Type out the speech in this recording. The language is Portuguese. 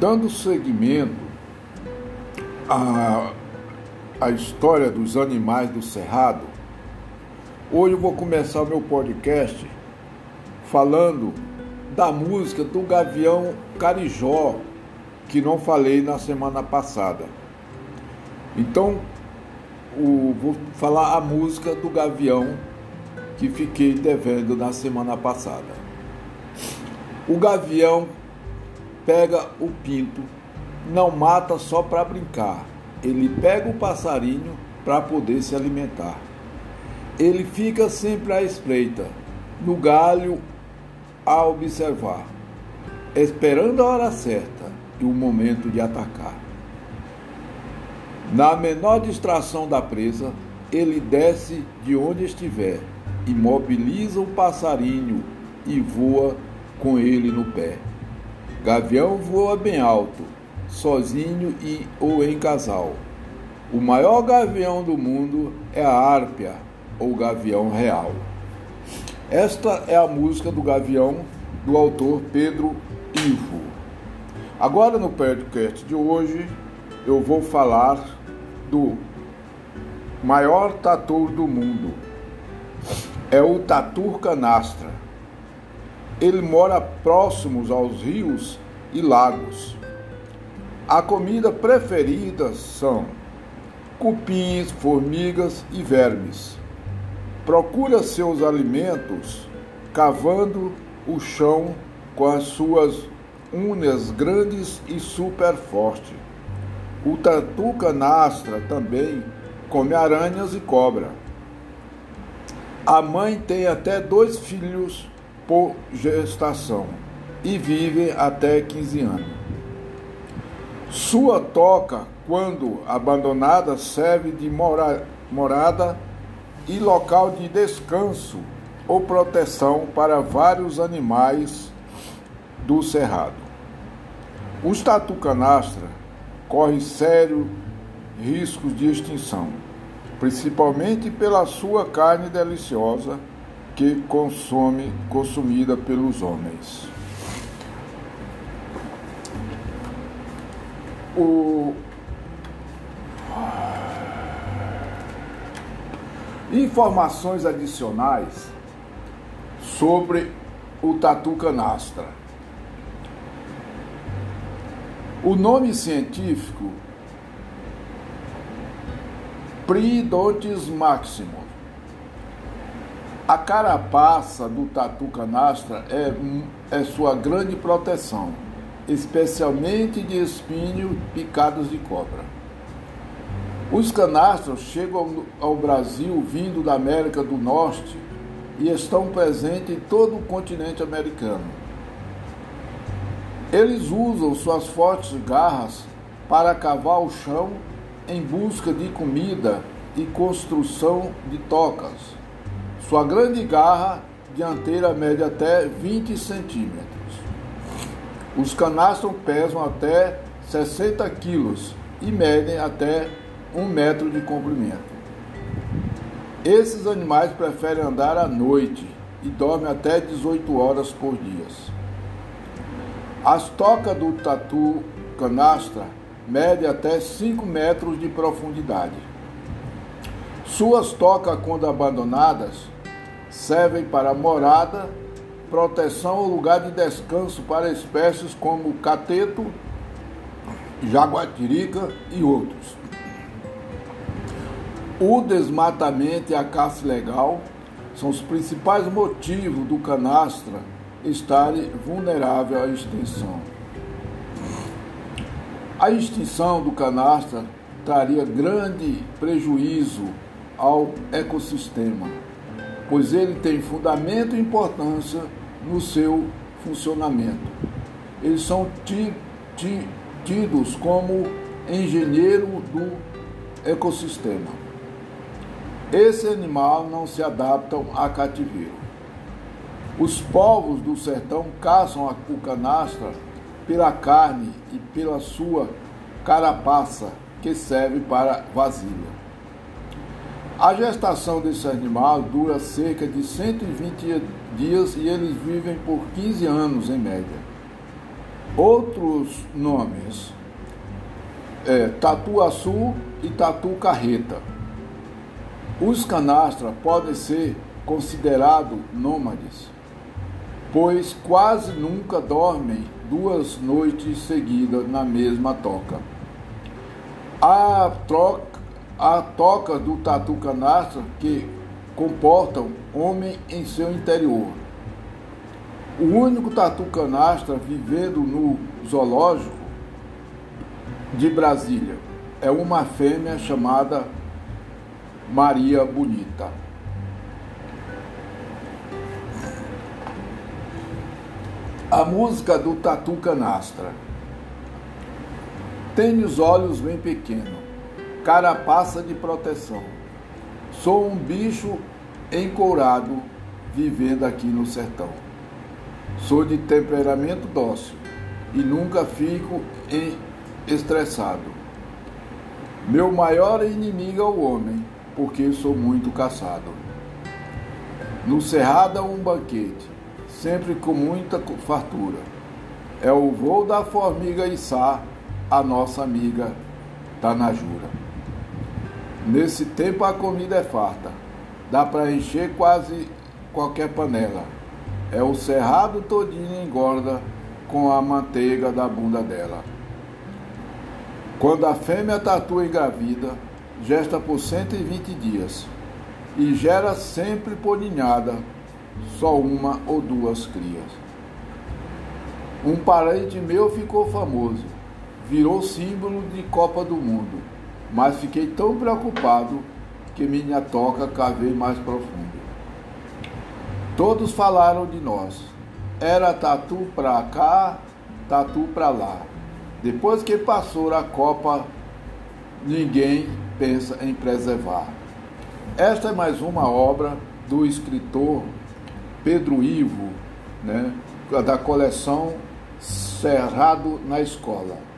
Dando seguimento à história dos animais do Cerrado, hoje eu vou começar o meu podcast falando da música do Gavião Carijó, que não falei na semana passada. Então, vou falar a música do Gavião que fiquei devendo na semana passada. O gavião pega o pinto, não mata só para brincar. Ele pega o passarinho para poder se alimentar. Ele fica sempre à espreita, no galho a observar, esperando a hora certa e o momento de atacar. Na menor distração da presa, ele desce de onde estiver, imobiliza o passarinho e voa com ele no pé. Gavião voa bem alto, sozinho ou em casal. O maior gavião do mundo é a Árpia, ou gavião real. Esta é a música do Gavião, do autor Pedro Ivo. Agora, no podcast de hoje, eu vou falar do maior tatu do mundo. É o tatu canastra. Ele mora próximos aos rios e lagos. A comida preferida são cupins, formigas e vermes. Procura seus alimentos cavando o chão com as suas unhas grandes e super fortes. O tatu canastra também come aranhas e cobra. A mãe tem até 2 filhos por gestação e vivem até 15 anos. Sua toca, quando abandonada, serve de morada e local de descanso ou proteção para vários animais do cerrado. Os tatu canastra correm sérios riscos de extinção, principalmente pela sua carne deliciosa que consumida pelos homens. Informações adicionais sobre o tatu canastra. O nome científico Priodontis maximus. A carapaça do tatu canastra é sua grande proteção, especialmente de espinhos picados de cobra. Os canastros chegam ao Brasil vindo da América do Norte e estão presentes em todo o continente americano. Eles usam suas fortes garras para cavar o chão em busca de comida e construção de tocas. Sua grande garra dianteira mede até 20 centímetros. Os canastros pesam até 60 quilos e medem até 1 metro de comprimento. Esses animais preferem andar à noite e dormem até 18 horas por dia. As tocas do tatu canastra medem até 5 metros de profundidade. Suas tocas, quando abandonadas, servem para morada, proteção ou lugar de descanso para espécies como cateto, jaguatirica e outros. O desmatamento e a caça ilegal são os principais motivos do canastra estarem vulnerável à extinção. A extinção do canastra traria grande prejuízo ao ecossistema, pois ele tem fundamento e importância no seu funcionamento. Eles são tidos como engenheiro do ecossistema. Esse animal não se adapta a cativeiro. Os povos do sertão caçam o canastra pela carne e pela sua carapaça, que serve para vasilha. A gestação desse animal dura cerca de 120 dias e eles vivem por 15 anos em média. Outros nomes tatu-açu e tatu-carreta. Os canastras podem ser considerados nômades, pois quase nunca dormem 2 noites seguidas na mesma toca. A toca do tatu-canastra que comportam homem em seu interior. O único tatu-canastra vivendo no zoológico de Brasília é uma fêmea chamada Maria Bonita. A música do tatu-canastra. Tenho os olhos bem pequenos, carapaça de proteção. Sou um bicho encourado, vivendo aqui no sertão. Sou de temperamento dócil e nunca fico estressado. Meu maior inimigo é o homem, porque sou muito caçado. No cerrado há um banquete, sempre com muita fartura. É o voo da formiga içá, a nossa amiga Tanajura. Nesse tempo a comida é farta, dá para encher quase qualquer panela. É o cerrado todinho engorda com a manteiga da bunda dela. Quando a fêmea tatu engravida, gesta por 120 dias e gera sempre por ninhada, só 1 ou 2 crias. Um parente meu ficou famoso, virou símbolo de Copa do Mundo, mas fiquei tão preocupado que minha toca cavei mais profundo. Todos falaram de nós, era tatu pra cá, tatu pra lá. Depois que passou a Copa, ninguém pensa em preservar. Esta é mais uma obra do escritor Pedro Ivo, da coleção Cerrado na Escola.